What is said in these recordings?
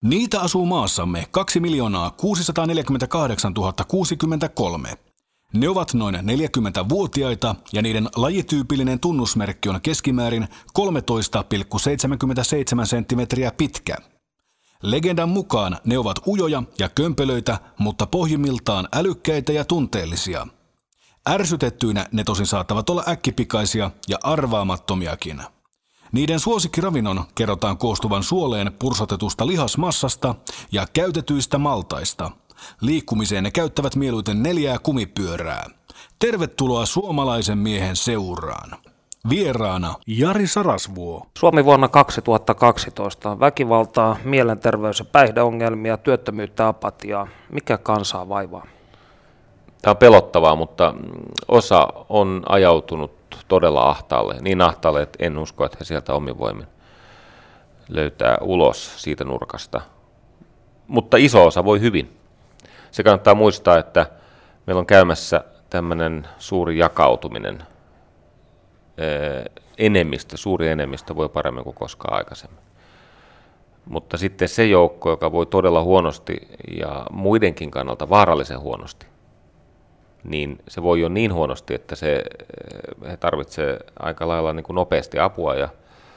Niitä asuu maassamme 2 648 063. Ne ovat noin 40-vuotiaita ja niiden lajityypillinen tunnusmerkki on keskimäärin 13,77 senttimetriä pitkä. Legendan mukaan ne ovat ujoja ja kömpelöitä, mutta pohjimmiltaan älykkäitä ja tunteellisia. Ärsytettyinä ne tosin saattavat olla äkkipikaisia ja arvaamattomiakin. Niiden suosikkiravinnon kerrotaan koostuvan suoleen pursotetusta lihasmassasta ja käytetyistä maltaista. Liikkumiseen ne käyttävät mieluiten 4 kumipyörää. Tervetuloa suomalaisen miehen seuraan. Vieraana Jari Sarasvuo. Suomi vuonna 2012. Väkivaltaa, mielenterveys- ja päihdeongelmia, työttömyyttä, apatiaa. Mikä kansaa vaivaa? Tämä on pelottavaa, mutta osa on ajautunut todella ahtaalle. Niin ahtaalle, että en usko, että he sieltä omin voimin löytää ulos siitä nurkasta. Mutta iso osa voi hyvin. Se kannattaa muistaa, että meillä on tämmöinen suuri jakautuminen. Suuri enemmistö voi paremmin kuin koskaan aikaisemmin. Mutta sitten se joukko, joka voi todella huonosti ja muidenkin kannalta vaarallisen huonosti, niin se voi jo niin huonosti, että he tarvitsee aika lailla niin kuin nopeasti apua ja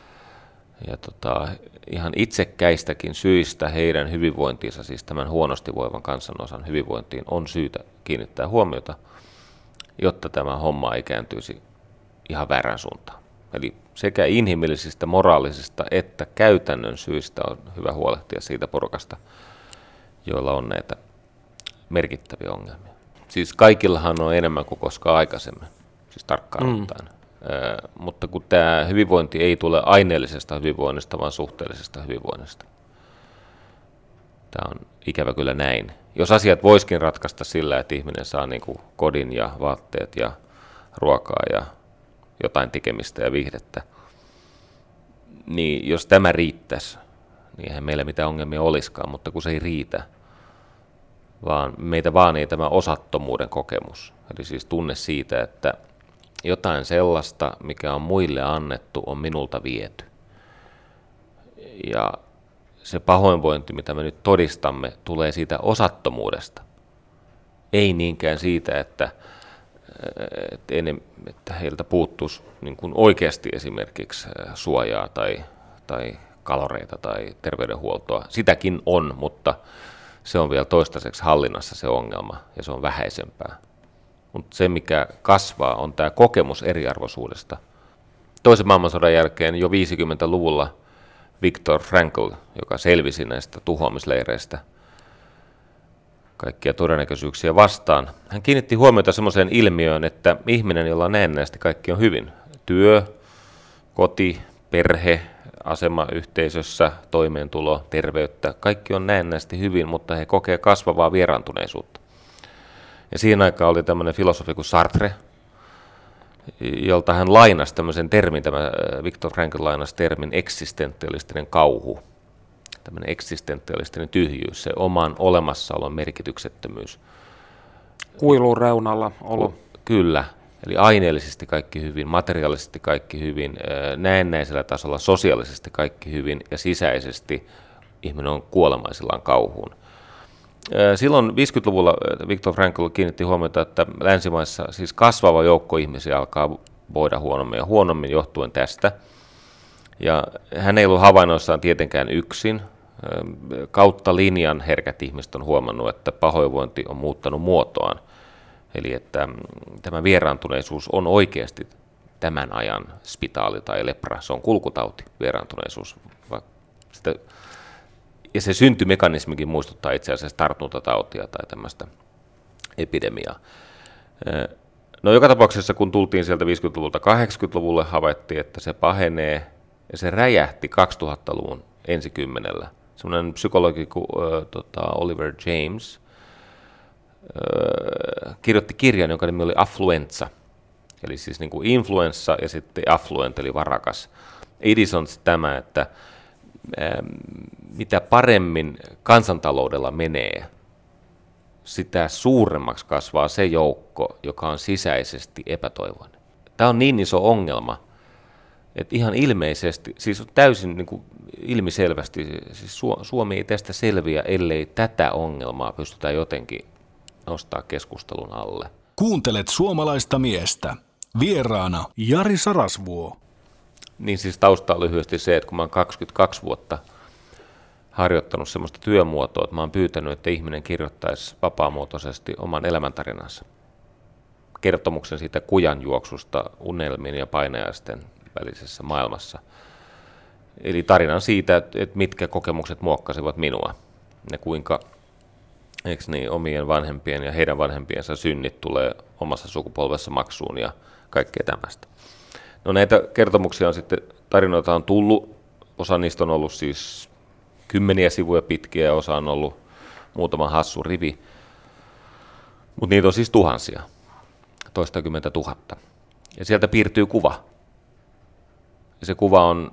ihan itsekkäistäkin syistä heidän hyvinvointiinsa, siis tämän huonosti voivan kansanosan hyvinvointiin, on syytä kiinnittää huomiota, jotta tämä homma ei kääntyisi ihan väärään suuntaan. Eli sekä inhimillisistä, moraalisista että käytännön syistä on hyvä huolehtia siitä porukasta, joilla on näitä merkittäviä ongelmia. Siis kaikillahan on enemmän kuin koskaan aikaisemmin, siis tarkkaan ottaen. Mutta kun tämä hyvinvointi ei tule aineellisesta hyvinvoinnista, vaan suhteellisesta hyvinvoinnista. Tämä on ikävä kyllä näin. Jos asiat voisikin ratkaista sillä, että ihminen saa niin kuin kodin ja vaatteet ja ruokaa ja jotain tekemistä ja viihdettä, niin jos tämä riittäisi, niin eihän meillä mitään ongelmia olisikaan, mutta kun se ei riitä, vaan meitä vaanii tämä osattomuuden kokemus. Eli siis tunne siitä, että jotain sellaista, mikä on muille annettu, on minulta viety. Ja se pahoinvointi, mitä me nyt todistamme, tulee siitä osattomuudesta. Ei niinkään siitä, että heiltä puuttuisi niin kuin oikeasti esimerkiksi suojaa tai kaloreita tai terveydenhuoltoa. Sitäkin on, mutta se on vielä toistaiseksi hallinnassa se ongelma ja se on vähäisempää. Mutta se, mikä kasvaa, on tämä kokemus eriarvoisuudesta. Toisen maailmansodan jälkeen jo 50-luvulla Viktor Frankl, joka selvisi näistä tuhoamisleireistä kaikkia todennäköisyyksiä vastaan, hän kiinnitti huomiota semmoiseen ilmiöön, että ihminen, jolla näennäisesti kaikki on hyvin, työ, koti, perhe, asema yhteisössä, toimeentulo, terveyttä, kaikki on näennäisesti hyvin, mutta he kokee kasvavaa vieraantuneisuutta. Ja siinä aikaan oli tämmöinen filosofi kuin Sartre, jolta hän lainasi tämmöisen termin, tämä Viktor Frankl lainasi termin eksistentialistinen kauhu, tämmöinen eksistentialistinen tyhjyys, se oman olemassaolon merkityksettömyys. Kuilun reunalla olo. Kyllä, eli aineellisesti kaikki hyvin, materiaalisesti kaikki hyvin, näennäisellä tasolla sosiaalisesti kaikki hyvin ja sisäisesti ihminen on kuolemaisillaan kauhuun. Silloin 50-luvulla Viktor Frankl kiinnitti huomiota, että länsimaissa siis kasvava joukko ihmisiä alkaa voida huonommin ja huonommin johtuen tästä. Ja hän ei ollut havainnoissaan tietenkään yksin. Kautta linjan herkät ihmiset on huomannut, että pahoinvointi on muuttanut muotoaan. Eli että tämä vieraantuneisuus on oikeasti tämän ajan spitaali tai lepra. Se on kulkutauti, vieraantuneisuus. Ja se syntymekanismikin muistuttaa itse asiassa tartuntatautia tai tämmöistä epidemiaa. No joka tapauksessa, kun tultiin sieltä 50-luvulta 80-luvulle, havaittiin, että se pahenee ja se räjähti 2000-luvun ensikymmenellä. Semmoinen psykologi kuin Oliver James kirjoitti kirjan, jonka nimi oli Affluenza. Eli siis niin kuin influenssa ja sitten affluent, eli varakas. Idis on tämä, että mitä paremmin kansantaloudella menee, sitä suuremmaksi kasvaa se joukko, joka on sisäisesti epätoivoinen. Tämä on niin iso ongelma, Että ihan ilmeisesti, siis on täysin niin kuin ilmiselvästi, siis Suomi ei tästä selviä, ellei tätä ongelmaa pystytä jotenkin nostaa keskustelun alle. Kuuntelet suomalaista miestä. Vieraana Jari Sarasvuo. Niin siis tausta on lyhyesti se, että kun mä oon 22 vuotta harjoittanut semmoista työmuotoa, että mä oon pyytänyt, että ihminen kirjoittaisi vapaamuotoisesti oman elämäntarinansa. Kertomuksen siitä kujanjuoksusta unelmien ja painajaisten välisessä maailmassa. Eli tarinan siitä, että mitkä kokemukset muokkasivat minua. Ne kuinka omien vanhempien ja heidän vanhempiensa synnit tulee omassa sukupolvessa maksuun ja kaikkea tämmöistä. No näitä kertomuksia on sitten, tarinoita on tullut, osa niistä on ollut siis 10 sivuja pitkiä ja osa on ollut muutama hassu rivi, mutta niitä on siis tuhansia, toistakymmentä tuhatta. Ja sieltä piirtyy kuva. Ja se kuva on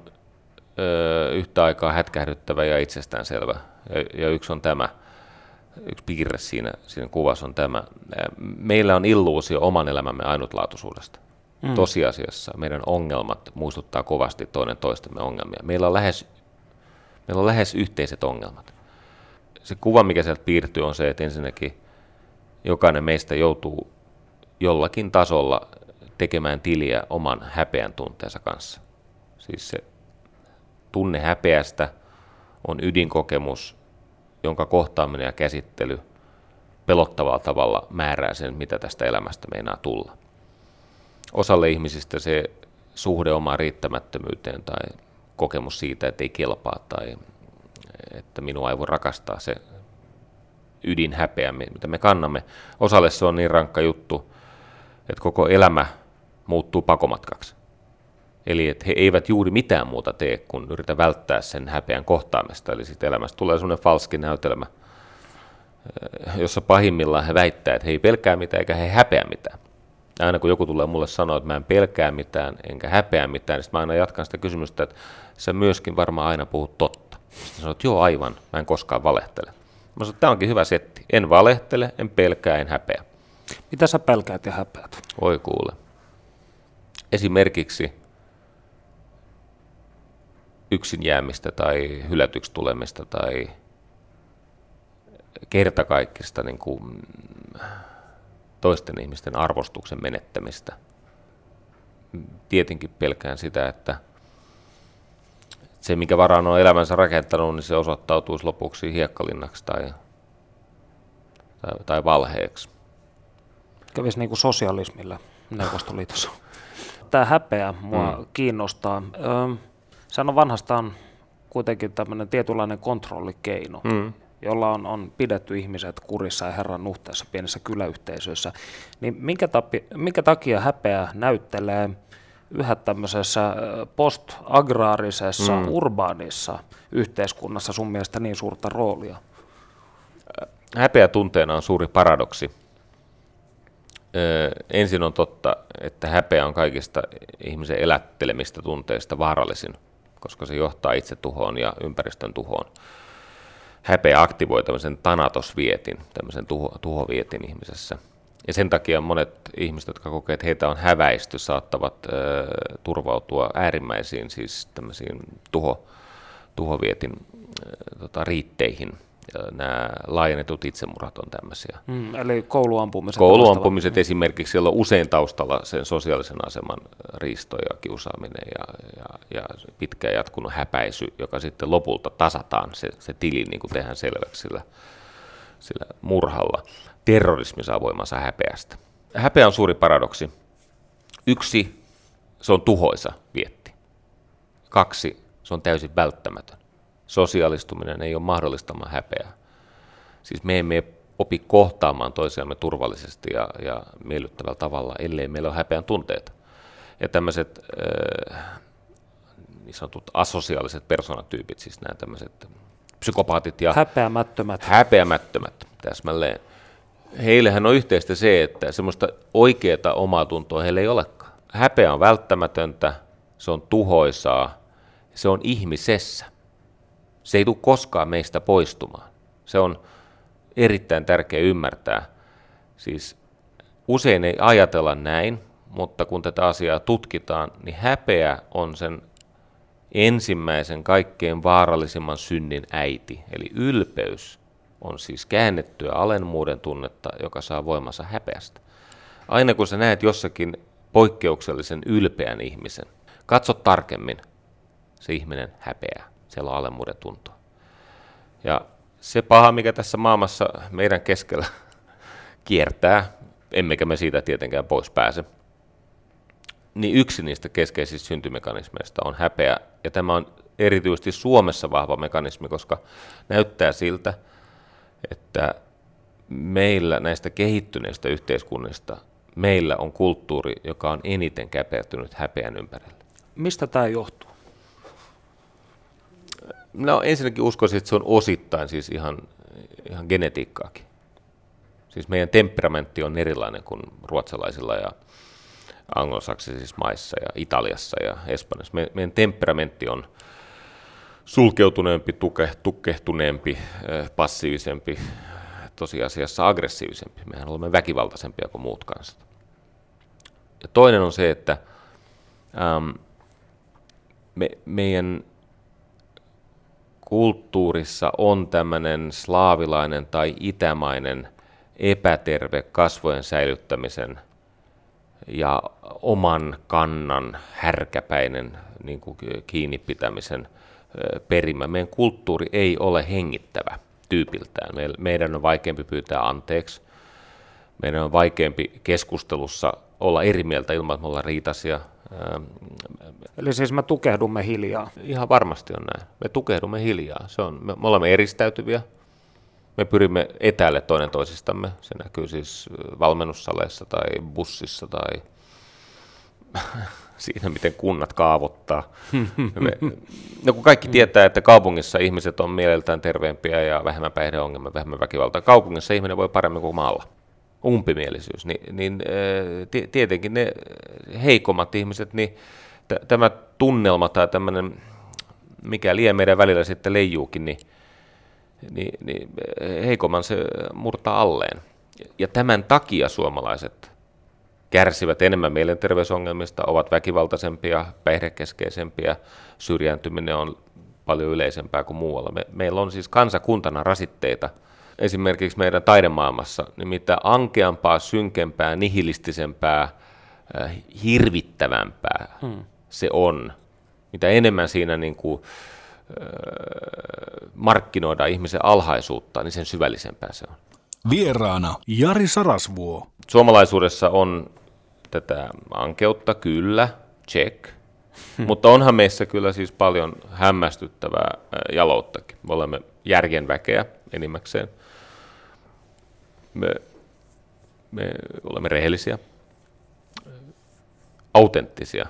yhtä aikaa hätkähdyttävä ja itsestäänselvä. Ja yksi on tämä, yksi piirre siinä kuvassa on tämä. Meillä on illuusio oman elämämme ainutlaatuisuudesta. Tosiasiassa meidän ongelmat muistuttaa kovasti toinen toistemme ongelmia. Meillä on lähes yhteiset ongelmat. Se kuva, mikä sieltä piirtyy, on se, että ensinnäkin jokainen meistä joutuu jollakin tasolla tekemään tiliä oman häpeän tunteensa kanssa. Siis se tunne häpeästä on ydinkokemus, jonka kohtaaminen ja käsittely pelottavalla tavalla määrää sen, mitä tästä elämästä meinaa tulla. Osalle ihmisistä se suhde omaan riittämättömyyteen tai kokemus siitä, että ei kelpaa tai että minua ei voi rakastaa, se ydinhäpeä, mitä me kannamme. Osalle se on niin rankka juttu, että koko elämä muuttuu pakomatkaksi. Eli että he eivät juuri mitään muuta tee, kun yritä välttää sen häpeän kohtaamista. Eli siitä elämästä tulee sellainen falski näytelmä, jossa pahimmillaan he väittää, että he ei pelkää mitään eikä he häpeä mitään. Aina kun joku tulee mulle sanoa, että mä en pelkää mitään enkä häpeä mitään, niin mä aina jatkan sitä kysymystä, että sä myöskin varmaan aina puhut totta. Sitten sanoo, että joo aivan, mä en koskaan valehtele. Mä sanon, että tämä onkin hyvä setti. En valehtele, en pelkää, en häpeä. Mitä sä pelkäät ja häpeät? Oi kuule. Esimerkiksi yksin jäämistä tai hylätyksi tulemista tai kertakaikkista niin kuin toisten ihmisten arvostuksen menettämistä. Tietenkin pelkään sitä, että se, mikä varaan on elämänsä rakentanut, niin se osoittautuisi lopuksi hiekkalinnaksi tai valheeksi. Kävisi niin kuin sosialismilla Neuvostoliitossa. Tämä häpeä mua kiinnostaa. Sehän on vanhastaan kuitenkin tämmöinen tietynlainen kontrollikeino, jolla on pidetty ihmiset kurissa ja herran nuhteessa pienissä kyläyhteisöissä. Niin minkä takia häpeä näyttelee yhä tämmöisessä post-agraarisessa, urbaanissa yhteiskunnassa sun mielestä niin suurta roolia? Häpeä tunteena on suuri paradoksi. Ensin on totta, että häpeä on kaikista ihmisen elättelemistä tunteista vaarallisin, koska se johtaa itsetuhoon ja ympäristön tuhoon. Häpeä aktivoi tämmöisen tanatosvietin, tämmöisen tuhovietin ihmisessä. Ja sen takia monet ihmiset, jotka kokee, että heitä on häväisty, saattavat turvautua äärimmäisiin, siis tämmöisiin tuhovietin riitteihin. Ja nämä laajennetut itsemurhat on tämmöisiä. Eli kouluampumiset. Kouluampumiset esimerkiksi, siellä on usein taustalla sen sosiaalisen aseman riisto ja kiusaaminen ja pitkään jatkunut häpäisy, joka sitten lopulta tasataan se tili, niin kuin tehdään selväksi sillä murhalla. Terrorismi saa voimansa häpeästä. Häpeä on suuri paradoksi. 1, se on tuhoisa vietti. 2, se on täysin välttämätön. Sosiaalistuminen ei ole mahdollistamaan häpeää. Siis me emme opi kohtaamaan toisiamme turvallisesti ja miellyttävällä tavalla, ellei meillä ole häpeän tunteita. Ja tämmöiset niin sanotut asosiaaliset persoonatyypit, siis nämä tämmöiset psykopaatit ja häpeämättömät täsmälleen. Heillähän on yhteistä se, että semmoista oikeaa omaa tuntoa heillä ei olekaan. Häpeä on välttämätöntä, se on tuhoisaa, se on ihmisessä. Se ei tule koskaan meistä poistumaan. Se on erittäin tärkeä ymmärtää. Siis usein ei ajatella näin, mutta kun tätä asiaa tutkitaan, niin häpeä on sen ensimmäisen kaikkein vaarallisimman synnin äiti, eli ylpeys on siis käännettyä alenmuuden tunnetta, joka saa voimansa häpeästä. Aina kun sä näet jossakin poikkeuksellisen ylpeän ihmisen, katso tarkemmin, se ihminen häpeää, siellä on alemmuuden tuntoa. Ja se paha, mikä tässä maailmassa meidän keskellä kiertää, emmekä me siitä tietenkään pois pääse, niin yksi niistä keskeisistä syntymekanismeista on häpeä, ja tämä on erityisesti Suomessa vahva mekanismi, koska näyttää siltä, että meillä näistä kehittyneistä yhteiskunnista, meillä on kulttuuri, joka on eniten käpertynyt häpeän ympärillä. Mistä tämä johtuu? No ensinnäkin uskoisin, että se on osittain siis ihan genetiikkaakin. Siis meidän temperamentti on erilainen kuin ruotsalaisilla ja anglosaksisissa maissa ja Italiassa ja Espanjassa. Meidän temperamentti on sulkeutuneempi, tukehtuneempi, passiivisempi, tosiasiassa aggressiivisempi. Mehän olemme väkivaltaisempia kuin muut kansat. Ja toinen on se, että meidän kulttuurissa on tämmöinen slaavilainen tai itämainen epäterve kasvojen säilyttämisen ja oman kannan härkäpäinen niin kuin kiinni pitämisen perimä. Meidän kulttuuri ei ole hengittävä tyypiltään. Meidän on vaikeampi pyytää anteeksi. Meidän on vaikeampi keskustelussa olla eri mieltä ilman, että me ollaan riitaisia. Eli siis me tukehdumme hiljaa. Ihan varmasti on näin. Me tukehdumme hiljaa. Me olemme eristäytyviä. Me pyrimme etäälle toinen toisistamme. Se näkyy siis valmennussaleissa tai bussissa tai siinä, miten kunnat kaavoittaa. No kun kaikki tietää, että kaupungissa ihmiset on mieleltään terveempiä ja vähemmän päihdeongelmia, vähemmän väkivaltaa. Kaupungissa ihminen voi paremmin kuin maalla. Umpimielisyys. Tietenkin ne heikommat ihmiset, niin tämä tunnelma tai tämmöinen, mikä lie meidän välillä sitten leijuukin, niin heikomman se murtaa alleen. Ja tämän takia suomalaiset kärsivät enemmän mielenterveysongelmista, ovat väkivaltaisempia, päihdekeskeisempiä, syrjäytyminen on paljon yleisempää kuin muualla. Meillä on siis kansakuntana rasitteita. Esimerkiksi meidän taidemaailmassa, niin mitä ankeampaa, synkempää, nihilistisempää, hirvittävämpää se on, mitä enemmän siinä niin kuin, markkinoidaan ihmisen alhaisuutta, niin sen syvällisempää se on. Vieraana Jari Sarasvuo. Suomalaisuudessa on tätä ankeutta, kyllä, check, mutta onhan meissä kyllä siis paljon hämmästyttävää jalouttakin. Me olemme järjen väkeä enimmäkseen. Me olemme rehellisiä, autenttisia.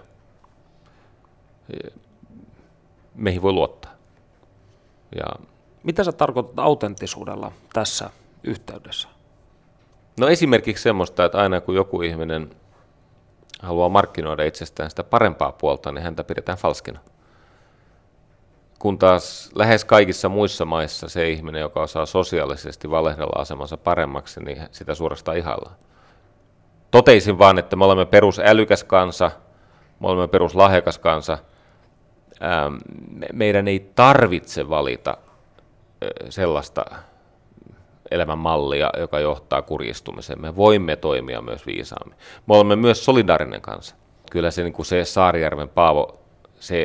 Meihin voi luottaa. Ja mitä sä tarkoitat autenttisuudella tässä yhteydessä? No esimerkiksi semmoista, että aina kun joku ihminen haluaa markkinoida itsestään sitä parempaa puolta, niin häntä pidetään falskina. Kun taas lähes kaikissa muissa maissa se ihminen, joka osaa sosiaalisesti valehdella asemansa paremmaksi, niin sitä suorastaan ihaillaan. Toteisin vaan, että me olemme perusälykäs kansa, me olemme peruslahjakas kansa. Meidän ei tarvitse valita sellaista elämänmallia, joka johtaa kurjistumiseen. Me voimme toimia myös viisaammin. Me olemme myös solidaarinen kansa. Kyllä se, niin kuin se Saarijärven Paavo, se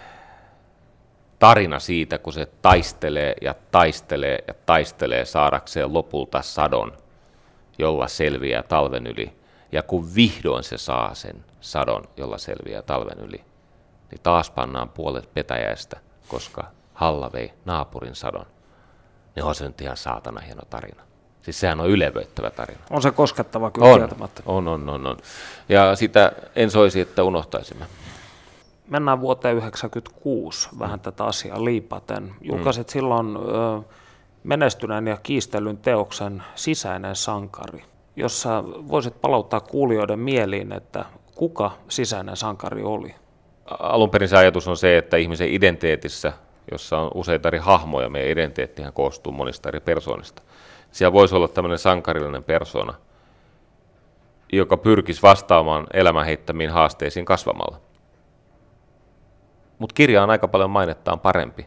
tarina siitä, kun se taistelee ja taistelee ja taistelee saadakseen lopulta sadon, jolla selviää talven yli. Ja kun vihdoin se saa sen sadon, jolla selviää talven yli, niin taas pannaan puolet petäjäistä, koska Halla vei naapurin sadon. Niin on se nyt ihan saatana hieno tarina. Siis sehän on ylevöittävä tarina. On se koskettava kyllä kieltämättä. On. Ja sitä en soisi, että unohtaisimme. Mennään vuoteen 1996 vähän tätä asiaa liipaten. Julkaisit silloin menestyneen ja kiistellyn teoksen Sisäinen sankari, jossa voisit palauttaa kuulijoiden mieliin, että kuka sisäinen sankari oli? Alun perin se ajatus on se, että ihmisen identiteetissä, jossa on useita eri hahmoja, meidän identiteettihän koostuu monista eri persoonista. Siellä voisi olla tämmöinen sankarillinen persona, joka pyrkisi vastaamaan elämän heittämiin haasteisiin kasvamalla. Mutta kirja on aika paljon mainettaan parempi.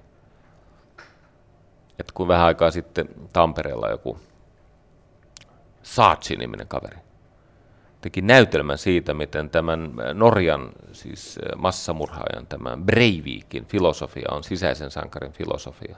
Et kun vähän aikaa sitten Tampereella joku Saatchi-niminen kaveri teki näytelmän siitä, miten tämän Norjan siis massamurhaajan, tämän Breivikin filosofia on sisäisen sankarin filosofia.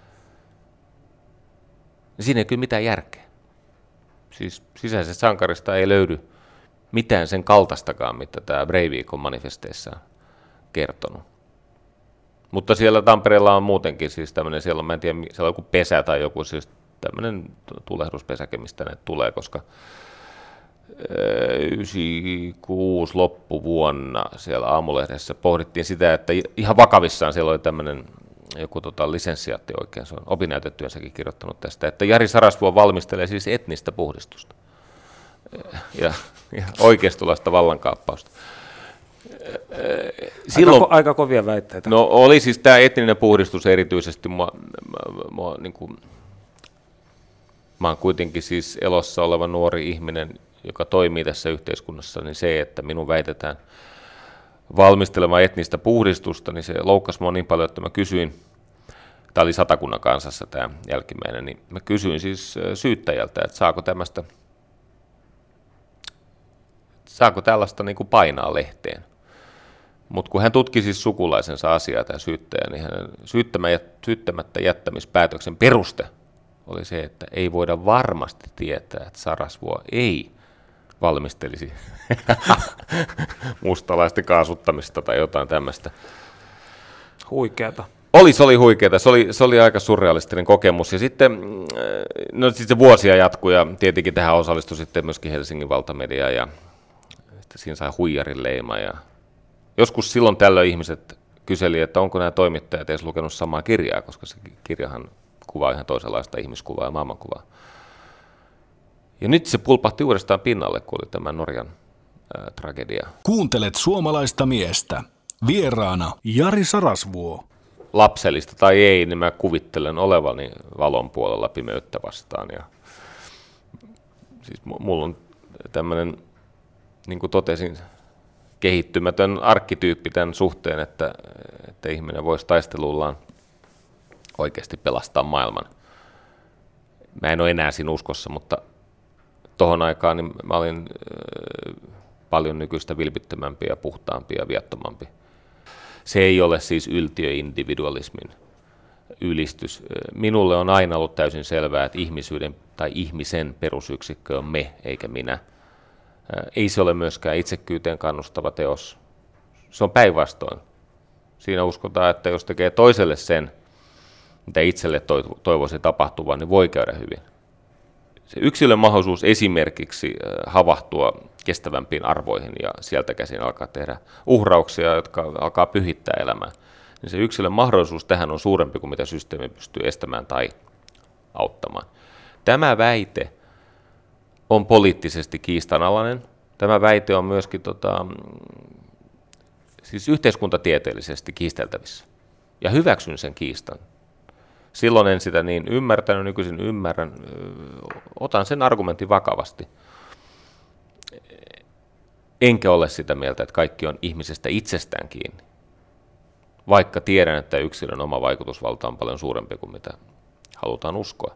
Siinä ei kyllä mitään järkeä. Siis sisäisestä sankarista ei löydy mitään sen kaltaistakaan, mitä tämä Breivik on manifesteissaan kertonut. Mutta siellä Tampereella on muutenkin siis tämmöinen, siellä on, mä en tiedä, siellä on joku pesä tai joku siis tämmöinen tulehduspesäke, mistä ne tulee, koska 96 loppuvuonna siellä Aamulehdessä pohdittiin sitä, että ihan vakavissaan siellä oli tämmöinen joku lisenssiaatti oikein, se on opinnäytetyönsäkin kirjoittanut tästä, että Jari Sarasvuo valmistelee siis etnistä puhdistusta ja oikeistolaista vallankaappausta. Silloin, aika kovia väitteitä. No oli siis tämä etninen puhdistus erityisesti, niin kuin, mä oon kuitenkin siis elossa oleva nuori ihminen, joka toimii tässä yhteiskunnassa, niin se, että minun väitetään valmistelemaan etnistä puhdistusta, niin se loukkasi mua niin paljon, että mä kysyin, tämä oli Satakunnan Kansassa tämä jälkimmäinen, niin mä kysyin siis syyttäjältä, että saako tällaista niin kuin painaa lehteen. Mutta kun hän tutki siis sukulaisensa asiaa, tämä syyttäjä, niin hänen syyttämättä jättämispäätöksen peruste oli se, että ei voida varmasti tietää, että Sarasvuo ei valmistelisi mustalaisten kaasuttamista tai jotain tämmöistä. Huikeata. Se oli huikeata, se oli aika surrealistinen kokemus. Ja sitten, no sitten se vuosia jatkui ja tietenkin tähän osallistui sitten myöskin Helsingin valtamedia ja siinä sai huijarin leima. Ja joskus silloin tällöin ihmiset kyseli, että onko nämä toimittajat edes lukenut samaa kirjaa, koska se kirjahan kuvaa ihan toisenlaista ihmiskuvaa ja maailmankuvaa. Ja nyt se pulpahti uudestaan pinnalle, kun oli tämä Norjan tragedia. Kuuntelet suomalaista miestä. Vieraana Jari Sarasvuo. Lapsellista tai ei, niin mä kuvittelen olevani valon puolella pimeyttä vastaan. Ja siis mulla on tämmöinen, niin kuin totesin, kehittymätön arkkityyppi tämän suhteen, että ihminen voisi taistelullaan oikeasti pelastaa maailman. Mä en ole enää siinä uskossa, mutta tohon aikaan niin mä olin paljon nykyistä vilpittömämpi ja puhtaampi ja viattomampi. Se ei ole siis yltiöindividualismin ylistys. Minulle on aina ollut täysin selvää, että ihmisyyden tai ihmisen perusyksikkö on me eikä minä. Ei se ole myöskään itsekkyyteen kannustava teos. Se on päinvastoin. Siinä uskotaan, että jos tekee toiselle sen, mitä itselle toivoisi tapahtuvan, niin voi käydä hyvin. Se yksilön mahdollisuus esimerkiksi havahtua kestävämpiin arvoihin ja sieltä käsin alkaa tehdä uhrauksia, jotka alkaa pyhittää elämää, niin se yksilön mahdollisuus tähän on suurempi kuin mitä systeemi pystyy estämään tai auttamaan. Tämä väite on poliittisesti kiistanalainen. Tämä väite on myöskin siis yhteiskuntatieteellisesti kiisteltävissä. Ja hyväksyn sen kiistan. Silloin en sitä niin ymmärtänyt, nykyisin ymmärrän. Otan sen argumentin vakavasti. Enkä ole sitä mieltä, että kaikki on ihmisestä itsestään kiinni. Vaikka tiedän, että yksilön oma vaikutusvalta on paljon suurempi kuin mitä halutaan uskoa.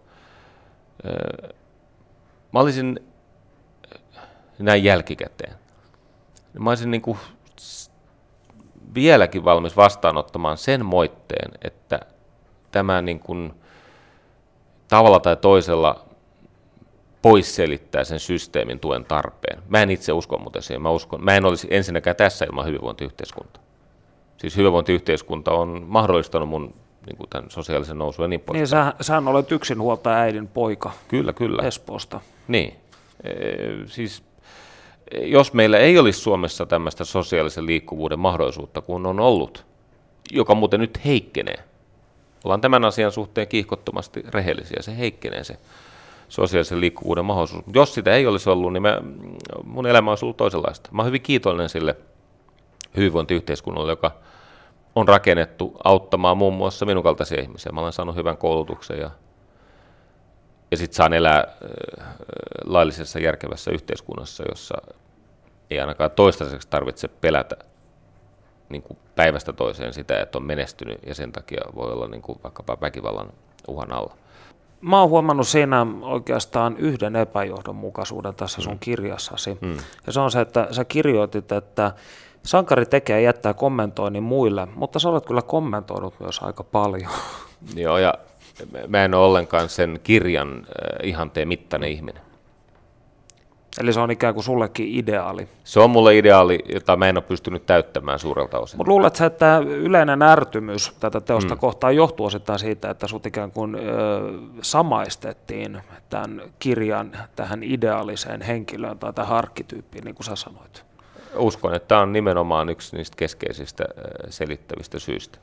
Mä olisin näin jälkikäteen. Mä olisin niin kuin vieläkin valmis vastaanottamaan sen moitteen, että tämä niin kuin tavalla tai toisella poisselittää sen systeemin tuen tarpeen. Mä en itse usko muuten siihen. Mä en olisi ensinnäkään tässä ilman hyvinvointiyhteiskuntaa. Siis hyvinvointiyhteiskunta on mahdollistanut mun niin kuin tämän sosiaalisen nousun ja niin poispäin. Niin, sähän olet yksinhuoltaja äidin poika. Kyllä. Espoosta. Niin. Siis jos meillä ei olisi Suomessa tämmöistä sosiaalisen liikkuvuuden mahdollisuutta, kun on ollut, joka muuten nyt heikkenee. Ollaan tämän asian suhteen kiihkottomasti rehellisiä. Se heikkenee se sosiaalisen liikkuvuuden mahdollisuus. Jos sitä ei olisi ollut, niin mun elämä olisi ollut toisenlaista. Mä oon hyvin kiitollinen sille hyvinvointiyhteiskunnalle, joka on rakennettu auttamaan muun muassa minun kaltaisia ihmisiä. Mä olen saanut hyvän koulutuksen ja ja sitten saan elää laillisessa järkevässä yhteiskunnassa, jossa ei ainakaan toistaiseksi tarvitse pelätä niin kuin päivästä toiseen sitä, että on menestynyt ja sen takia voi olla niin kuin vaikkapa väkivallan uhan alla. Mä oon huomannut siinä oikeastaan yhden epäjohdonmukaisuuden tässä sun kirjassasi. Ja se on se, että sä kirjoitit, että sankari tekee ja jättää kommentoinnin muille, mutta sä olet kyllä kommentoinut myös aika paljon. Joo, ja mä en ole ollenkaan sen kirjan ihanteen mittainen ihminen. Eli se on ikään kuin sullekin ideaali. Se on mulle ideaali, jota mä en ole pystynyt täyttämään suurelta osin. Mutta luuletko sä, että yleinen ärtymys tätä teosta kohtaan johtuu osittain siitä, että sut ikään kuin samaistettiin tämän kirjan tähän ideaaliseen henkilöön tai tähän arkkityyppiin, niin kuin sä sanoit? Uskon, että tämä on nimenomaan yksi niistä keskeisistä selittävistä syistä.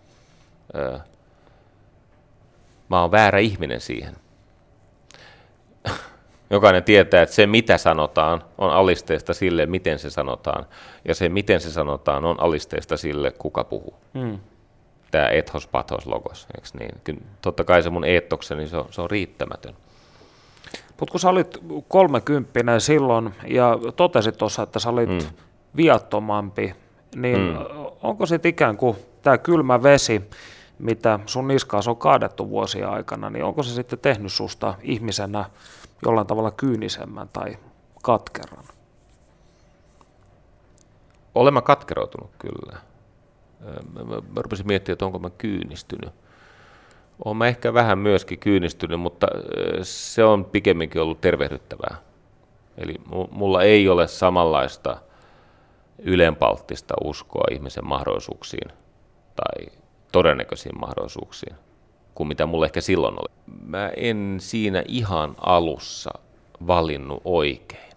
Mä oon väärä ihminen siihen. Jokainen tietää, että se mitä sanotaan on alisteista sille, miten se sanotaan, ja se miten se sanotaan on alisteista sille, kuka puhuu. Tämä ethos, pathos, logos, eikö niin? Kyllä, totta kai se mun eetokseni, se on riittämätön. Mutta kun sä olit 30 silloin ja totesit tuossa, että sä olit viattomampi, niin onko sitten ikään kuin tämä kylmä vesi, mitä sun niskaas on kaadettu vuosien aikana, niin onko se sitten tehnyt susta ihmisenä jollain tavalla kyynisemmän tai katkeran? Olen mä katkeroitunut kyllä. Mä rupesin miettimään, että onko mä kyynistynyt. Olen mä ehkä vähän myöskin kyynistynyt, mutta se on pikemminkin ollut tervehdyttävää. Eli mulla ei ole samanlaista ylenpalttista uskoa ihmisen mahdollisuuksiin tai todennäköisiin mahdollisuuksiin kuin mitä mulla ehkä silloin oli. Mä en siinä ihan alussa valinnut oikein.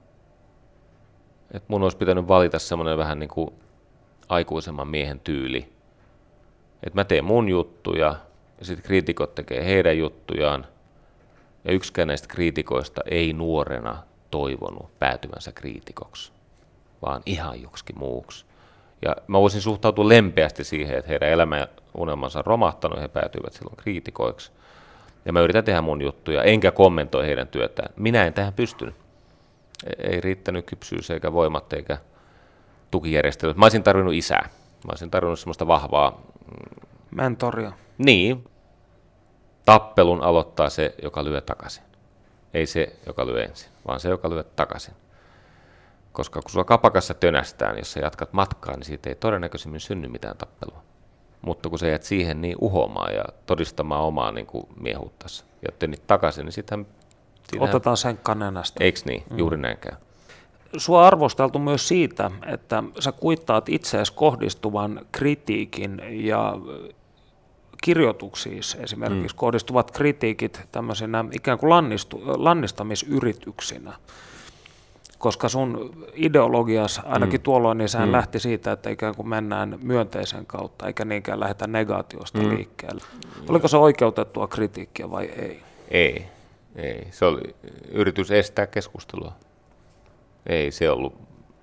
Et mun olisi pitänyt valita semmoinen vähän niin kuin aikuisemman miehen tyyli. Et mä teen mun juttuja ja sitten kriitikot tekee heidän juttujaan. Ja yksikään näistä kriitikoista ei nuorena toivonut päätyvänsä kriitikoksi, vaan ihan joksikin muuksi. Ja mä voisin suhtautua lempeästi siihen, että heidän elämänunelmansa on romahtanut ja he päätyivät silloin kriitikoiksi. Ja mä yritän tehdä mun juttuja, enkä kommentoi heidän työtään. Minä en tähän pystynyt. Ei riittänyt kypsyys eikä voimat eikä tukijärjestelyt. Mä olisin tarvinnut isää. Mä olisin tarvinnut semmoista vahvaa mentoria. Niin. Tappelun aloittaa se, joka lyö takaisin. Ei se, joka lyö ensin, vaan se, joka lyö takaisin. Koska kun sulla kapakassa tönästään, jos sä jatkat matkaa, niin siitä ei todennäköisemmin synny mitään tappelua. Mutta kun sä jäät siihen niin uhomaan ja todistamaan omaa niin kuin miehuuttasi ja tönit takaisin, niin siitähän otetaan senkka nenästä. Eiks niin? Juuri näinkään. Sua arvosteltu myös siitä, että sä kuittaat itseesi kohdistuvan kritiikin ja kirjoituksiin esimerkiksi kohdistuvat kritiikit tämmöisenä ikään kuin lannistamisyrityksinä. Koska sun ideologias ainakin tuolloin, niin sehän lähti siitä, että ikään kuin mennään myönteisen kautta, eikä niinkään lähdetä negaatiosta liikkeelle. Oliko se oikeutettua kritiikkiä vai ei? Ei. Se oli yritys estää keskustelua. Ei se ollut.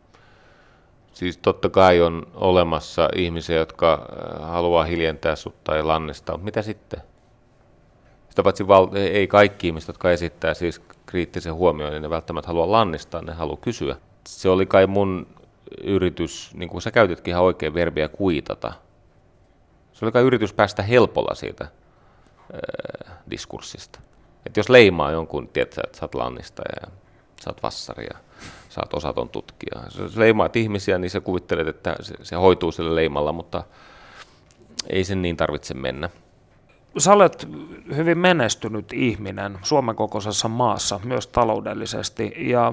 Siis totta kai on olemassa ihmisiä, jotka haluaa hiljentää sut tai lannistaa, mutta mitä sitten? Sitä paitsi ei kaikki ihmiset, jotka esittää siis kriittisen huomioon, niin ne välttämättä halua lannistaa, ne haluaa kysyä. Se oli kai mun yritys, niin kuin sä käytitkin ihan oikein verbiä, kuitata. Se oli kai yritys päästä helpolla siitä diskurssista. Että jos leimaa jonkun, tiedät, että sä oot lannistaja ja sä oot vassari ja sä oot osaton tutkija. Jos leimaat ihmisiä, niin sä kuvittelet, että se hoituu sille leimalla, mutta ei sen niin tarvitse mennä. Sä olet hyvin menestynyt ihminen Suomen kokoisessa maassa, myös taloudellisesti, ja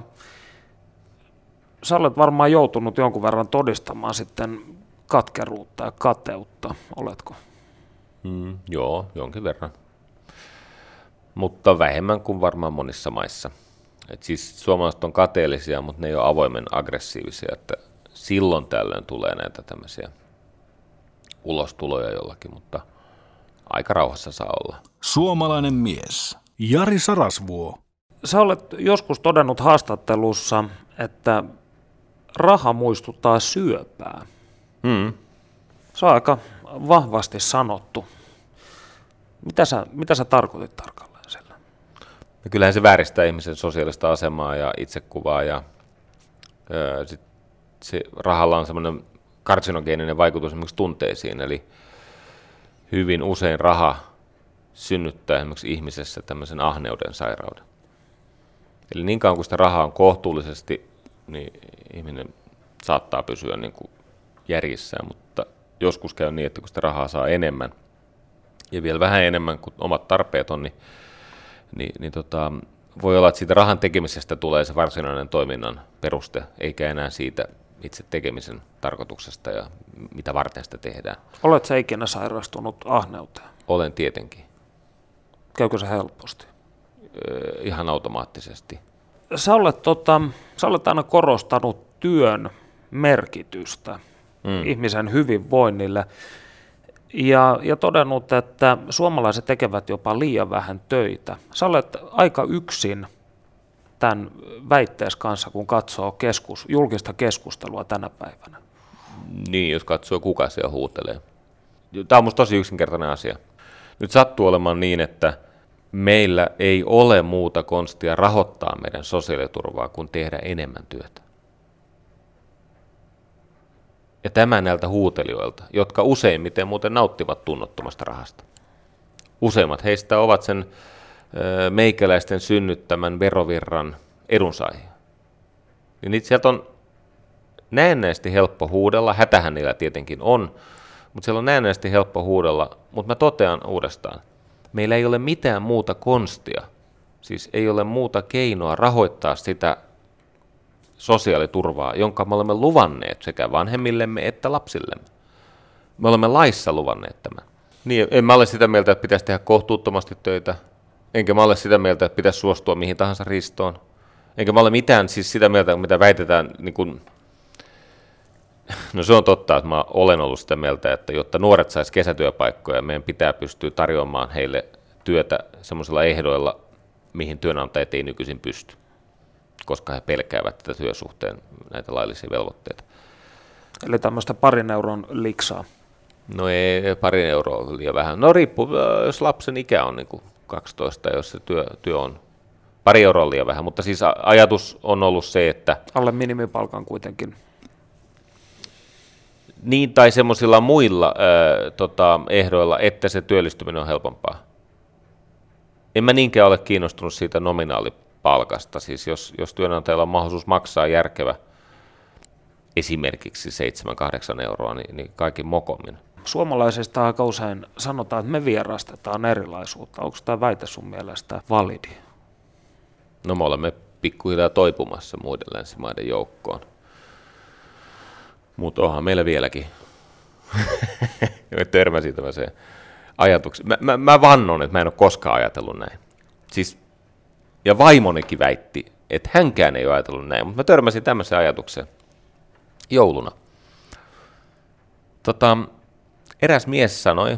sä olet varmaan joutunut jonkun verran todistamaan sitten katkeruutta ja kateutta, oletko? Joo, jonkin verran. Mutta vähemmän kuin varmaan monissa maissa. Et siis suomalaiset on kateellisia, mutta ne ei ole avoimen aggressiivisia, että silloin tällöin tulee näitä tämmöisiä ulostuloja jollakin, mutta aika rauhassa saa olla. Suomalainen mies. Jari Sarasvuo. Sä olet joskus todennut haastattelussa, että raha muistuttaa syöpää. Se on aika vahvasti sanottu. Mitä sä tarkoitit tarkalleen sillä? Ja kyllähän se vääristää ihmisen sosiaalista asemaa ja itsekuvaa ja se rahalla on semmoinen karsinogeeninen vaikutus esimerkiksi tunteisiin, eli hyvin usein raha synnyttää esimerkiksi ihmisessä tämmöisen ahneuden sairauden. Eli niin kauan kuin sitä rahaa on kohtuullisesti, niin ihminen saattaa pysyä niin kuin järjissään, mutta joskus käy niin, että kun sitä rahaa saa enemmän ja vielä vähän enemmän kuin omat tarpeet on, niin voi olla, että siitä rahan tekemisestä tulee se varsinainen toiminnan peruste, eikä enää siitä itse tekemisen tarkoituksesta ja mitä varten sitä tehdään. Oletko sä ikinä sairastunut ahneuteen? Olen tietenkin. Käykö se helposti? Ihan automaattisesti. Sä olet aina korostanut työn merkitystä ihmisen hyvinvoinnille ja todennut, että suomalaiset tekevät jopa liian vähän töitä. Sä olet aika yksin tämän väitteessä kanssa, kun katsoo julkista keskustelua tänä päivänä. Niin, jos katsoo kuka siellä huutelee. Tämä on musta tosi yksinkertainen asia. Nyt sattuu olemaan niin, että meillä ei ole muuta konstia rahoittaa meidän sosiaaliturvaa kuin tehdä enemmän työtä. Ja tämä näiltä huutelijoilta, jotka useimmiten muuten nauttivat tunnottomasta rahasta. Useimmat heistä ovat sen meikäläisten synnyttämän verovirran edunsaajia. Ja niitä sieltä on näennäisesti helppo huudella, hätähän niillä tietenkin on, mutta siellä on näennäisesti helppo huudella, mutta mä totean uudestaan, meillä ei ole mitään muuta konstia, siis ei ole muuta keinoa rahoittaa sitä sosiaaliturvaa, jonka me olemme luvanneet sekä vanhemmillemme että lapsillemme. Me olemme laissa luvanneet tämän. Niin, en mä ole sitä mieltä, että pitäisi tehdä kohtuuttomasti töitä, enkä mä ole sitä mieltä, että pitäisi suostua mihin tahansa ristoon, enkä mä ole mitään siis sitä mieltä, mitä väitetään, niin kuin, no se on totta, että mä olen ollut sitä mieltä, että jotta nuoret sais kesätyöpaikkoja, meidän pitää pystyä tarjoamaan heille työtä semmoisilla ehdoilla, mihin työnantajat ei nykyisin pysty, koska he pelkäävät tätä työsuhteen näitä laillisia velvoitteita. Eli tämmöistä 2 euron liksaa. No ei, 2 euroa liian vähän. No riippuu, jos lapsen ikä on niin kuin 12, jos se työ on 2 euroa liian vähän, mutta siis ajatus on ollut se, että alle minimipalkan kuitenkin. Niin, tai semmoisilla muilla ehdoilla, että se työllistyminen on helpompaa. En mä niinkään ole kiinnostunut siitä nominaalipalkasta, siis jos työnantajalla on mahdollisuus maksaa järkevä esimerkiksi 7-8 euroa, niin kaikki mokommin. Suomalaisista aika usein sanotaan, että me vierastetaan erilaisuutta. Onko tämä väite sun mielestä validi? No me olemme pikkuhiljaa toipumassa muiden länsimaiden joukkoon. Mutta onhan meillä vieläkin. Törmäsin tämmöiseen ajatukseen. Mä vannon, että mä en ole koskaan ajatellut näin. Siis, ja vaimonikin väitti, että hänkään ei ole ajatellut näin, mutta mä törmäsin tämmöiseen ajatukseen jouluna. Eräs mies sanoi,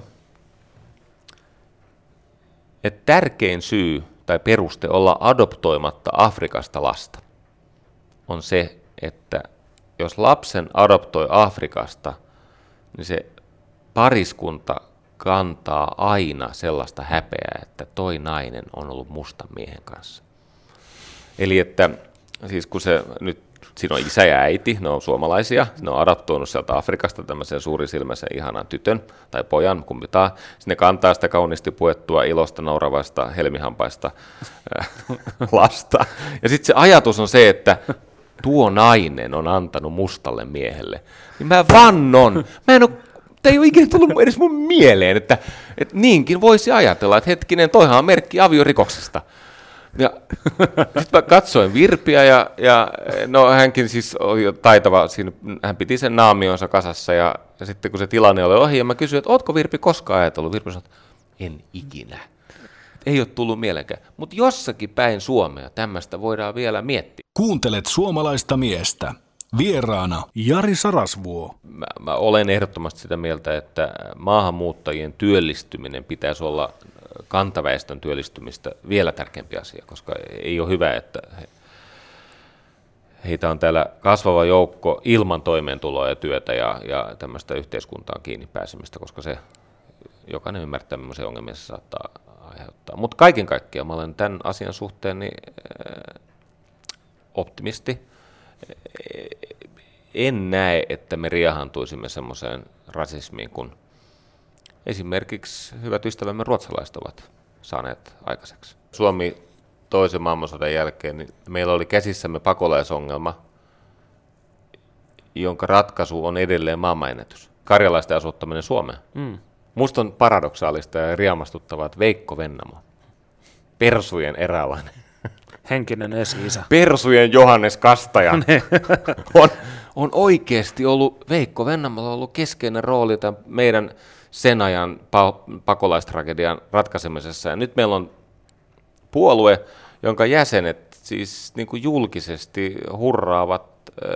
että tärkein syy tai peruste olla adoptoimatta Afrikasta lasta on se, että jos lapsen adoptoi Afrikasta, niin se pariskunta kantaa aina sellaista häpeää, että toi nainen on ollut mustan miehen kanssa. Eli että siis kun se nyt, siinä on isä ja äiti, ne on suomalaisia, ne on adoptoinut sieltä Afrikasta tämmöisen suurisilmäisen ihanan tytön tai pojan, kumpitaan. Sinne kantaa sitä kauniisti puettua ilosta nauravasta helmihampaista lasta. Ja sitten se ajatus on se, että tuo nainen on antanut mustalle miehelle. Niin mä vannon, tämä ei ole ikinä tullut edes mun mieleen, että niinkin voisi ajatella, että hetkinen, toihan on merkki aviorikoksesta. Ja sitten mä katsoin Virpiä ja no hänkin siis oli taitava, siinä, hän piti sen naamionsa kasassa ja sitten kun se tilanne oli ohi ja mä kysyin, että ootko Virpi koskaan ajatellut? Virpi sanoi, että en ikinä. Ei ole tullut mieleenkään, mutta jossakin päin Suomea tämmöistä voidaan vielä miettiä. Kuuntelet suomalaista miestä. Vieraana Jari Sarasvuo. Mä olen ehdottomasti sitä mieltä, että maahanmuuttajien työllistyminen pitäisi olla kantaväestön työllistymistä vielä tärkeämpi asia, koska ei ole hyvä, että heitä on täällä kasvava joukko ilman toimeentuloa ja työtä ja tämmöistä yhteiskuntaan kiinni pääsemistä, koska se jokainen ymmärtää, millaisia ongelmia se saattaa aiheuttaa. Mutta kaiken kaikkiaan mä olen tämän asian suhteen niin, optimisti. En näe, että me riehantuisimme semmoiseen rasismiin, kun esimerkiksi hyvät ystävämme ruotsalaiset ovat saaneet aikaiseksi. Suomi toisen maailmansodan jälkeen, niin meillä oli käsissämme pakolaisongelma, jonka ratkaisu on edelleen maailmanennätys. Karjalaisten asuttaminen Suomeen. Musta on paradoksaalista ja riemastuttavaa, että Veikko Vennamo, persujen eräänlainen, Henkinen esi-isä. persujen Johannes Kastaja, on oikeasti ollut, Veikko Vennamolla on ollut keskeinen rooli tämän meidän sen ajan pakolaistragedian ratkaisemisessa. Ja nyt meillä on puolue, jonka jäsenet siis niin kuin julkisesti hurraavat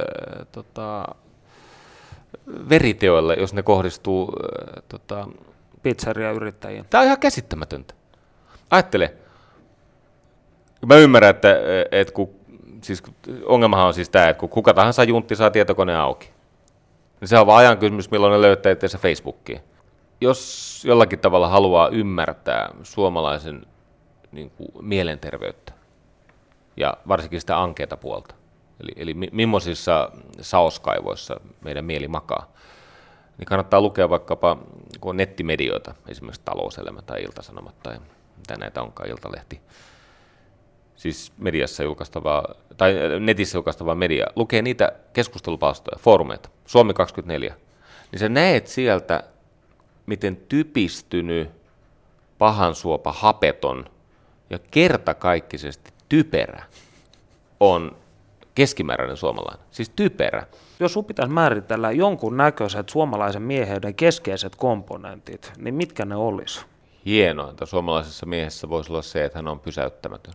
veriteoille, jos ne kohdistuu Pizzeria-yrittäjiin. Tämä on ihan käsittämätöntä. Ajattele. Mä ymmärrän, että ongelmahan on siis tämä, että kun kuka tahansa juntti saa tietokoneen auki, niin se on vaan ajan kysymys, milloin ne löytää itseänsä Facebookiin. Jos jollakin tavalla haluaa ymmärtää suomalaisen niin kuin, mielenterveyttä ja varsinkin sitä ankeata puolta, eli millaisissa saoskaivoissa meidän mieli makaa, niin kannattaa lukea vaikkapa nettimedioita, esimerkiksi Talouselämä tai Ilta-Sanomat tai mitä näitä onkaan, Iltalehti. Siis mediassa julkaistavaa, tai netissä julkaistavaa media, lukee niitä keskustelupalstoja, foorumeita, Suomi 24, niin sä näet sieltä, miten typistynyt, pahansuopa, hapeton ja kertakaikkisesti typerä on keskimääräinen suomalainen. Siis typerä. Jos sun pitäisi määritellä jonkun näköiset suomalaisen mieheyden keskeiset komponentit, niin mitkä ne olisi? Hienoa, että suomalaisessa miehessä voisi olla se, että hän on pysäyttämätön.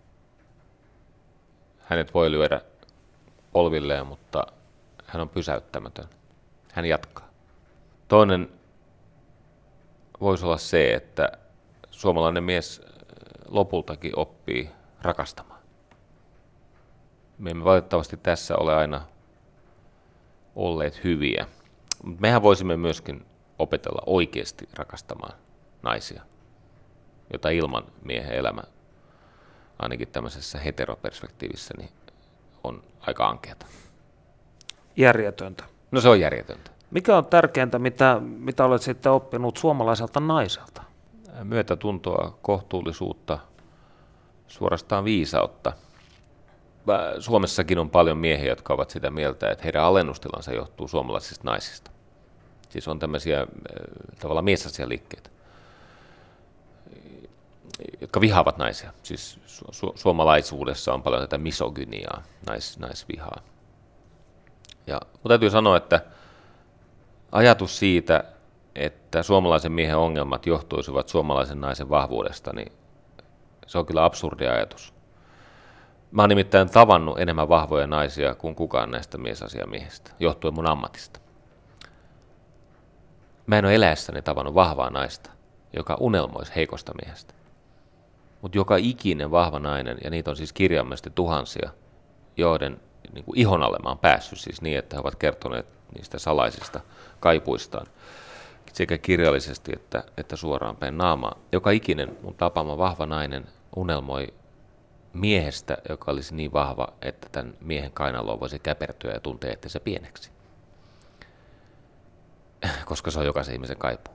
Hänet voi lyödä polvilleen, mutta hän on pysäyttämätön. Hän jatkaa. Toinen voisi olla se, että suomalainen mies lopultakin oppii rakastamaan. Me emme valitettavasti tässä ole aina olleet hyviä. Mutta mehän voisimme myöskin opetella oikeasti rakastamaan naisia, jota ilman miehen elämä, ainakin tämmöisessä heteroperspektiivissä, niin on aika ankeata. Järjetöntä. No se on järjetöntä. Mikä on tärkeintä, mitä olet sitten oppinut suomalaiselta naiselta? Myötätuntoa, kohtuullisuutta, suorastaan viisautta. Suomessakin on paljon miehiä, jotka ovat sitä mieltä, että heidän alennustilansa johtuu suomalaisista naisista. Siis on tämmöisiä tavallaan miesasialiikkeitä, jotka vihaavat naisia. Siis suomalaisuudessa on paljon tätä misogyniaa, naisvihaa. Ja mun täytyy sanoa, että ajatus siitä, että suomalaisen miehen ongelmat johtuisivat suomalaisen naisen vahvuudesta, niin se on kyllä absurdi ajatus. Mä oon nimittäin tavannut enemmän vahvoja naisia kuin kukaan näistä miesasiamiehistä, johtuen mun ammatista. Mä en ole eläessäni tavannut vahvaa naista, joka unelmoisi heikosta miehestä. Mutta joka ikinen vahva nainen, ja niitä on siis kirjaimellisesti tuhansia, joiden niin kuin ihon alle mä oon päässyt siis niin, että he ovat kertoneet niistä salaisista kaipuistaan sekä kirjallisesti että suoraan päin naamaa. Joka ikinen mun tapaama vahva nainen unelmoi miehestä, joka olisi niin vahva, että tämän miehen kainaloon voisi käpertyä ja tuntea itsensä pieneksi. Koska se on jokaisen ihmisen kaipuu.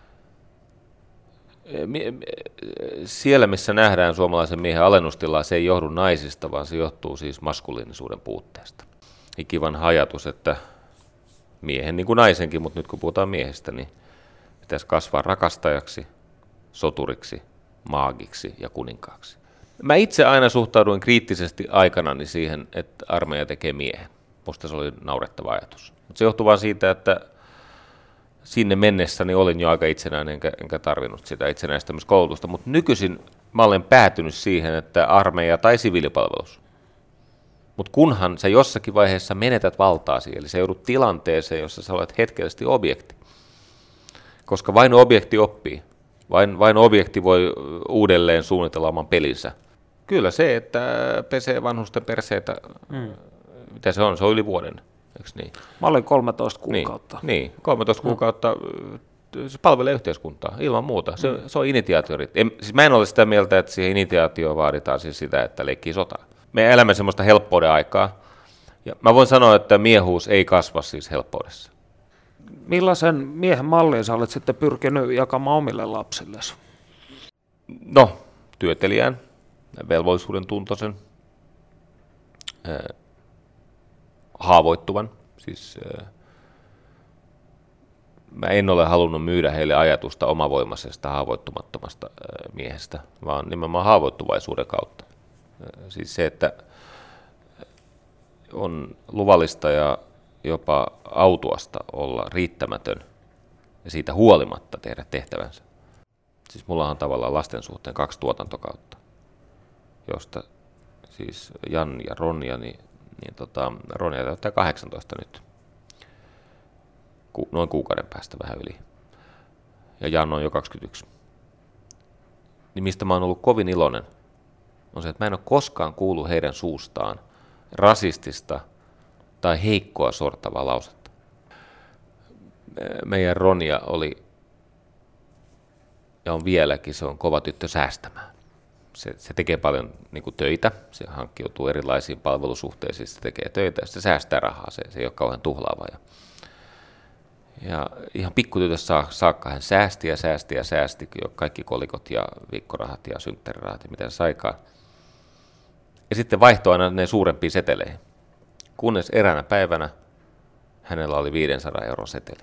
Siellä, missä nähdään suomalaisen miehen alennustilaa, se ei johdu naisista, vaan se johtuu siis maskuliinisuuden puutteesta. Kivan ajatus, että miehen, niin kuin naisenkin, mutta nyt kun puhutaan miehestä, niin pitäisi kasvaa rakastajaksi, soturiksi, maagiksi ja kuninkaaksi. Mä itse aina suhtauduin kriittisesti aikanani siihen, että armeija tekee miehen. Musta se oli naurettava ajatus. Mutta se johtuu vaan siitä, että sinne mennessäni olin jo aika itsenäinen, enkä tarvinnut sitä itsenäistämiskoulutusta. Mutta nykyisin mä olen päätynyt siihen, että armeija tai siviilipalvelus. Mutta kunhan sä jossakin vaiheessa menetät valtaasi, eli sä joudut tilanteeseen, jossa sä olet hetkellisesti objekti. Koska vain objekti oppii. Vain objekti voi uudelleen suunnitella oman pelinsä. Kyllä se, että pesee vanhusten perseitä, mitä se on yli vuoden, eikö niin? Mä olin 13 kuukautta. Niin, 13 kuukautta se palvelee yhteiskuntaa ilman muuta. Se on initiaatio. Siis mä en ole sitä mieltä, että siihen initiaatioon vaaditaan siis sitä, että leikkii sotaa. Me elämme semmoista helppouden aikaa. Ja mä voin sanoa, että miehuus ei kasva siis helppoudessa. Millaisen miehen mallin sä olet sitten pyrkinyt jakamaan omille lapsillesi? No, työtelijän, velvollisuuden tuntoisen, haavoittuvan. Siis, mä en ole halunnut myydä heille ajatusta omavoimaisesta haavoittumattomasta miehestä, vaan nimenomaan haavoittuvaisuuden kautta. Siis se, että on luvallista ja jopa autuasta olla riittämätön ja siitä huolimatta tehdä tehtävänsä. Siis mulla on tavallaan lasten suhteen 2 tuotantokautta, josta siis Jan ja Ronja, Ronja täyttää 18 nyt, noin kuukauden päästä vähän yli, ja Jan on jo 21. Niin mistä mä oon ollut kovin iloinen, on se, että mä en ole koskaan kuullut heidän suustaan rasistista tai heikkoa sortavaa lausetta. Meidän Ronja oli, ja on vieläkin, se on kova tyttö säästämään. Se tekee paljon niin kuin töitä, se hankkiutuu erilaisiin palvelusuhteisiin, se tekee töitä ja se säästää rahaa, se ei ole kauhean tuhlaava. Ja ihan pikkutytössä saakka hän säästi jo kaikki kolikot ja viikkorahat ja synttärirahat ja mitä se saikaan. Ja sitten vaihtoi aina ne suurempiin seteleihin, kunnes eräänä päivänä hänellä oli 500 € seteli.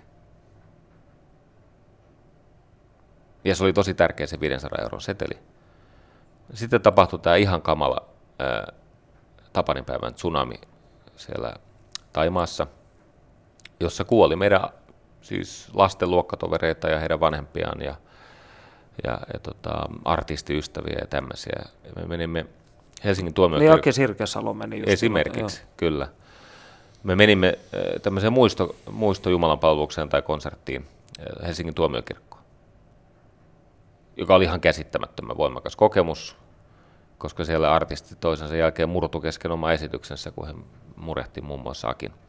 Ja se oli tosi tärkeä se 500 € seteli. Sitten tapahtui tämä ihan kamala Tapaninpäivän tsunami siellä Thaimaassa, jossa kuoli meidän siis lasten luokkatovereita ja heidän vanhempiaan ja artistiystäviä ja tämmöisiä. Me menimme Helsingin tuomiokirkkoon. Aki Sirkesalo meni just esimerkiksi, kyllä. Me menimme tämmöiseen muistojumalanpalvelukseen tai konserttiin Helsingin tuomiokirkkoon, joka oli ihan käsittämättömän voimakas kokemus, koska siellä artisti toisensa jälkeen murtui kesken oma esityksensä, kun he murehti muun muassa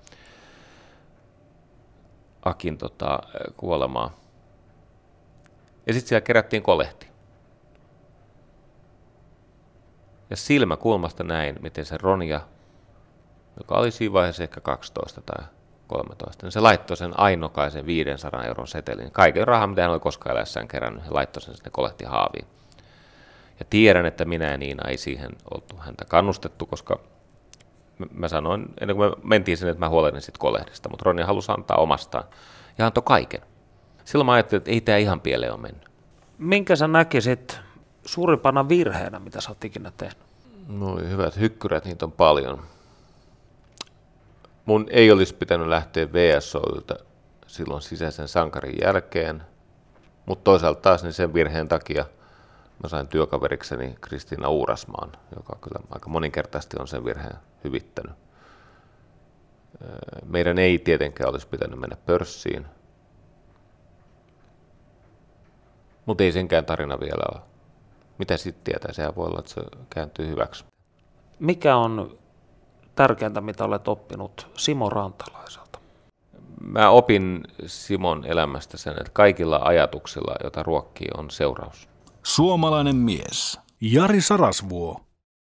Akin kuolemaa. Ja sitten siellä kerättiin kolehti. Ja silmäkulmasta näin, miten se Ronja, joka oli siinä vaiheessa ehkä 12 tai 13, niin se laittoi sen ainokaisen 500 € setelin. Kaiken rahan, mitä hän oli koskaan eläessään kerännyt, hän laittoi sen sinne kolehtihaaviin. Ja tiedän, että minä ja Niina ei siihen oltu häntä kannustettu, koska mä sanoin, ennen kuin me mentiin sinne, että mä huolehdin siitä kolehdista, mutta Ronja halusi antaa omastaan ja antoi kaiken. Silloin mä ajattelin, että ei tämä ihan pieleen ole mennyt. Minkä sä näkisit suurimpana virheenä, mitä sä oot ikinä tehnyt? No hyvät hykkyrät, niitä on paljon. Mun ei olisi pitänyt lähteä VSO:lta silloin sisäisen sankarin jälkeen, mutta toisaalta taas niin sen virheen takia mä sain työkaverikseni Kristiina Uurasmaan, joka kyllä aika moninkertaisesti on sen virheen hyvittänyt. Meidän ei tietenkään olisi pitänyt mennä pörssiin, mutta ei senkään tarina vielä ole. Mitä sitten tietää? Sehän voi olla, että se kääntyy hyväksi. Mikä on tärkeintä, mitä olet oppinut Simo Rantalaiselta? Mä opin Simon elämästä sen, että kaikilla ajatuksilla, joita ruokkii, on seuraus. Suomalainen mies. Jari Sarasvuo.